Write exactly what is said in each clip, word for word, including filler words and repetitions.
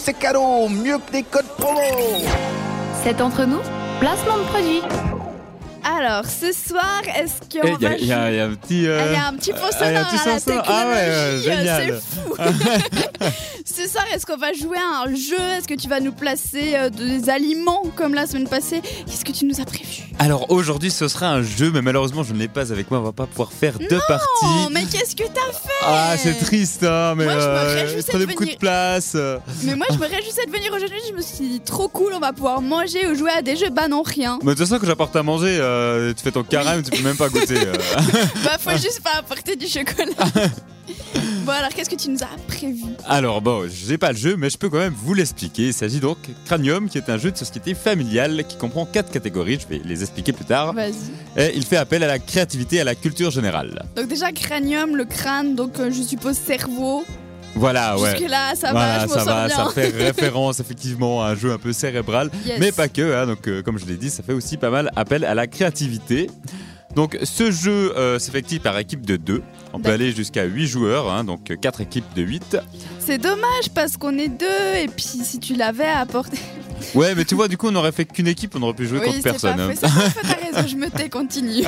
c'est cadeau, mieux que des codes promo. C'est entre nous, placement de produit. Alors, ce soir, est-ce qu'on Eh, y a- va y a- jouer... y a un petit, euh, Ah, y a un petit faux ah, y a un sonore petit à la sonore. technologie, Ah ouais, euh, génial. c'est fou. Ce soir, est-ce qu'on va jouer à un jeu? Est-ce que tu vas nous placer euh, des aliments comme la semaine passée? Qu'est-ce que tu nous as prévu? Alors aujourd'hui ce sera un jeu, mais malheureusement je ne l'ai pas avec moi, on va pas pouvoir faire deux Oh, parties. mais qu'est-ce que t'as fait? Ah c'est triste hein, mais Moi, je me euh, réjouissais prenez de beaucoup de venir- place. Mais moi, je me réjouissais de venir aujourd'hui. Je me suis dit, trop cool, on va pouvoir manger ou jouer à des jeux. Bah non, rien. Mais de toute façon, quand j'apporte à manger, euh, tu fais ton carême, tu peux même pas goûter. euh. Bah, faut juste pas apporter du chocolat. Bon, alors, qu'est-ce que tu nous as prévu? Alors bon, j'ai pas le jeu, mais je peux quand même vous l'expliquer. Il s'agit donc Cranium, qui est un jeu de société familiale qui comprend quatre catégories. Je vais les expliquer plus tard. Vas-y. Et il fait appel à la créativité et à la culture générale. Donc, déjà, cranium, le crâne, donc euh, je suppose cerveau. Voilà, ouais. Jusque-là, ça voilà, va, je m'en ça sors va, bien. ça fait référence effectivement à un jeu un peu cérébral, Yes. mais pas que. Hein, donc, euh, comme je l'ai dit, ça fait aussi pas mal appel à la créativité. Donc, ce jeu euh, s'effectue par équipe de deux. On peut D'accord. aller jusqu'à huit joueurs, hein, donc quatre équipes de huit. C'est dommage parce qu'on est deux et puis si tu l'avais apporté. Ouais, mais tu vois, du coup, on aurait fait qu'une équipe, on aurait pu jouer Oui, contre c'est personne. pas hein. faux, c'est pas faux, t'as raison, je me tais, continue.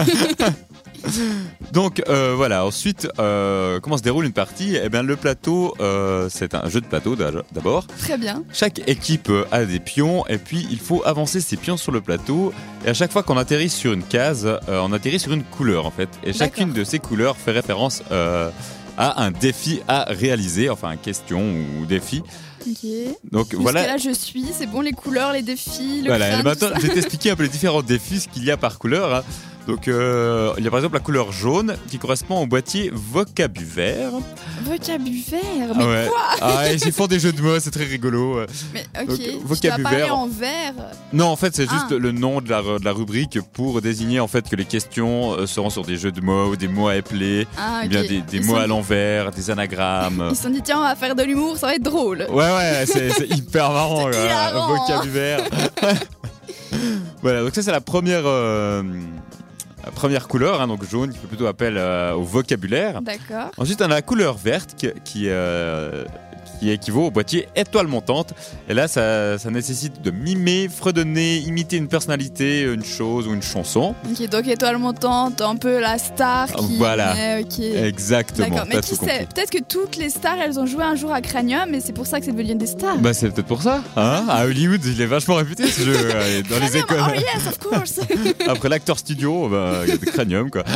Donc euh, voilà, ensuite, euh, comment se déroule une partie? Eh bien, le plateau, euh, c'est un jeu de plateau d'ab- d'abord. Très bien. Chaque équipe euh, a des pions et puis il faut avancer ces pions sur le plateau. Et à chaque fois qu'on atterrit sur une case, euh, on atterrit sur une couleur en fait. Et chacune D'accord. de ces couleurs fait référence euh, à un défi à réaliser, enfin une question ou défi. Ok. Donc Jusque voilà. là, je suis. C'est bon, les couleurs, les défis, le Voilà, crâne, et maintenant, tout ça. je vais t'expliquer un peu les différents défis, ce qu'il y a par couleur. hein. Donc, euh, il y a par exemple la couleur jaune qui correspond au boîtier vocabulaire. Vocabulaire, mais Ah ouais. quoi? Ah ouais, ils font des jeux de mots, c'est très rigolo. Mais ok, Donc, tu dois vocabulaire. parler en vert. Non, en fait, c'est juste Ah. le nom de la, de la rubrique pour désigner en fait que les questions euh, seront sur des jeux de mots ou des mots à épeler, Ah, ou ok. bien des, des Ils mots sont- à l'envers, des anagrammes. Ils se sont dit, tiens, on va faire de l'humour, ça va être drôle. Ouais, ouais, c'est c'est hyper marrant, C'est quoi, hilarant. vocabulaire. Voilà, donc ça, c'est la première, euh, la première couleur, hein, donc jaune, qui fait plutôt appel euh, au vocabulaire. D'accord. Ensuite, on a la couleur verte qui, qui, euh, qui équivaut au boîtier étoile montante. Et là, ça, ça nécessite de mimer, fredonner, imiter une personnalité, une chose ou une chanson. Ok, donc étoile montante, un peu la star qui. Voilà. Ouais, ok. Exactement. D'accord, mais t'as qui tout sait, compris. peut-être que toutes les stars, elles ont joué un jour à Cranium et c'est pour ça que c'est devenu des stars. Bah, c'est peut-être pour ça. Hein à Hollywood, il est vachement réputé ce jeu. euh, Dans les Cranium, écoles. oh yes, of course. Après l'acteur studio, bah, il y a des craniums, quoi.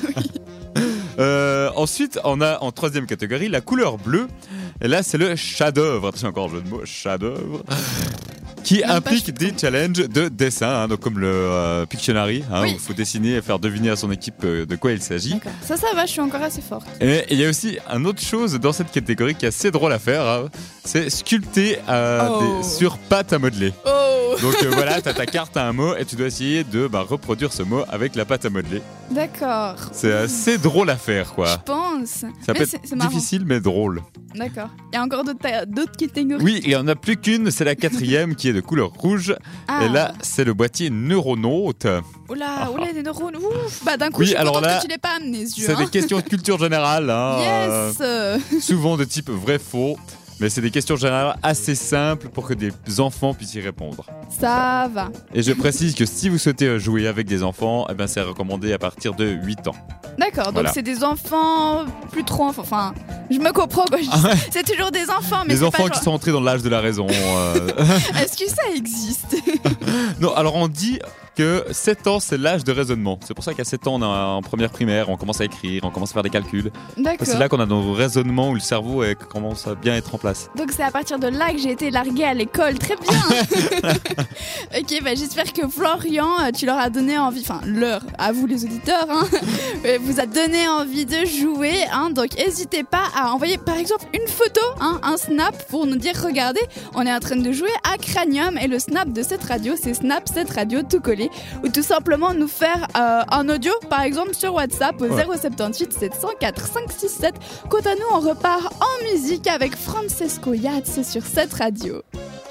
Euh, ensuite, on a en troisième catégorie la couleur bleue. Et là, c'est le chef-d'œuvre. Attention, encore le jeu de mots, chef-d'œuvre. Qui Même pas, implique je des challenges de dessin, hein, donc comme le euh, Pictionary, hein, Oui. où il faut dessiner et faire deviner à son équipe euh, de quoi il s'agit. D'accord. Ça, ça va, je suis encore assez forte. Et il y a aussi une autre chose dans cette catégorie qui est assez drôle à faire, hein, c'est sculpter euh, Oh. des- sur pâte à modeler. Oh, Donc euh, voilà, t'as ta carte à un mot et tu dois essayer de bah, reproduire ce mot avec la pâte à modeler. d'accord. C'est assez drôle à faire, Je quoi. pense. Ça Mais peut c'est- être c'est marrant. difficile mais drôle. D'accord. Il y a encore d'autres ta- d'autres catégories. Oui, il n'y en a plus qu'une, c'est la quatrième qui est de couleur rouge. Ah. Et là, c'est le boîtier neuronaute. Oula, oula, des neurones. Ouf. Bah, d'un coup, Oui, je suis alors contente là, que tu l'aies pas amené, ce jeu. C'est hein. des questions de culture générale, hein, Yes. euh, souvent de type vrai-faux. Mais c'est des questions générales assez simples pour que des enfants puissent y répondre. Ça va. Et je précise que si vous souhaitez jouer avec des enfants, eh ben c'est recommandé à partir de huit ans. D'accord, donc Voilà. c'est des enfants, plus trop enfants. Enfin, je me comprends. Quoi. Je- Ah ouais. C'est toujours des enfants, mais Les c'est enfants pas qui genre- sont entrés dans l'âge de la raison. euh. Est-ce que ça existe? Non, alors on dit que sept ans, c'est l'âge de raisonnement. C'est pour ça qu'à sept ans, on est en première primaire, on commence à écrire, on commence à faire des calculs. D'accord. C'est là qu'on a nos raisonnements où le cerveau est- commence à bien être en place. Donc c'est à partir de là que j'ai été larguée à l'école. Très bien. Ok, bah j'espère que Florian, euh, tu leur as donné envie, enfin leur, à vous les auditeurs, hein, euh, vous a donné envie de jouer. Hein, donc n'hésitez pas à envoyer par exemple une photo, hein, un snap pour nous dire regardez, on est en train de jouer à Cranium et le snap de cette radio c'est Snap cette radio tout collé. Ou tout simplement nous faire euh, un audio par exemple sur WhatsApp au Ouais. zéro sept huit sept zéro quatre cinq six sept. Quant à nous, on repart en musique avec Francesco Yatz sur cette radio.